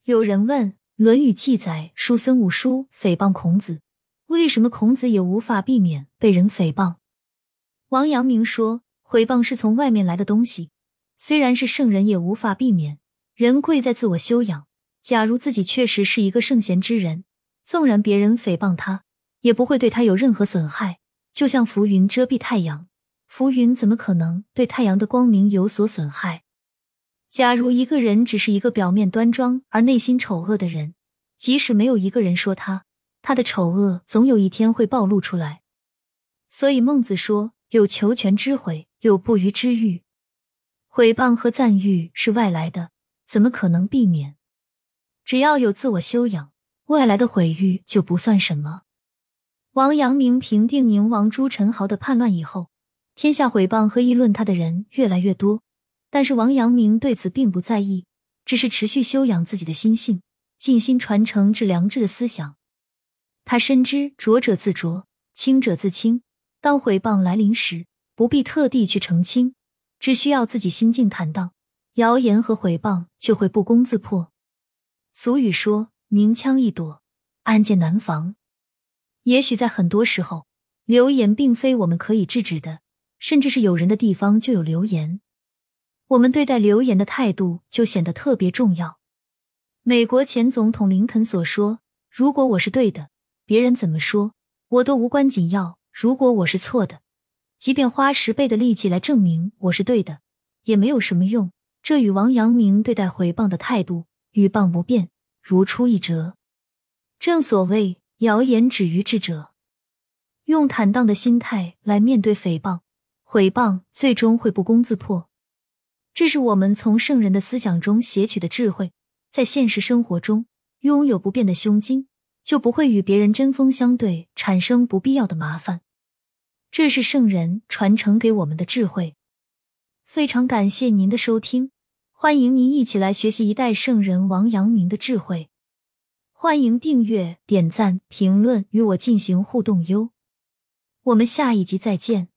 有人问，《论语》记载叔孙五叔诽谤孔子，为什么孔子也无法避免被人诽谤？王阳明说，诽谤是从外面来的东西，虽然是圣人也无法避免。人贵在自我修养，假如自己确实是一个圣贤之人，纵然别人诽谤他，也不会对他有任何损害。就像浮云遮蔽太阳，浮云怎么可能对太阳的光明有所损害？假如一个人只是一个表面端庄而内心丑恶的人，即使没有一个人说他，他的丑恶总有一天会暴露出来。所以孟子说，有求全之悔，有不虞之欲。毁谤和赞誉是外来的，怎么可能避免？只要有自我修养，外来的毁誉就不算什么。王阳明平定宁王朱宸濠的叛乱以后，天下毁谤和议论他的人越来越多，但是王阳明对此并不在意，只是持续修养自己的心性，尽心传承致良知的思想。他深知浊者自浊，清者自清，当毁谤来临时，不必特地去澄清，只需要自己心境坦荡，谣言和毁谤就会不攻自破。俗语说，明枪易躲，暗箭难防。也许在很多时候，流言并非我们可以制止的，甚至是有人的地方就有流言。我们对待流言的态度就显得特别重要。美国前总统林肯所说，如果我是对的，别人怎么说，我都无关紧要；如果我是错的，即便花10倍的力气来证明我是对的，也没有什么用。这与王阳明对待毁谤的态度与谤不变，如出一辙。正所谓谣言止于智者，用坦荡的心态来面对诽谤，毁谤最终会不攻自破。这是我们从圣人的思想中撷取的智慧，在现实生活中拥有不变的胸襟，就不会与别人针锋相对，产生不必要的麻烦。这是圣人传承给我们的智慧。非常感谢您的收听，欢迎您一起来学习一代圣人王阳明的智慧。欢迎订阅、点赞、评论与我进行互动哟。我们下一集再见。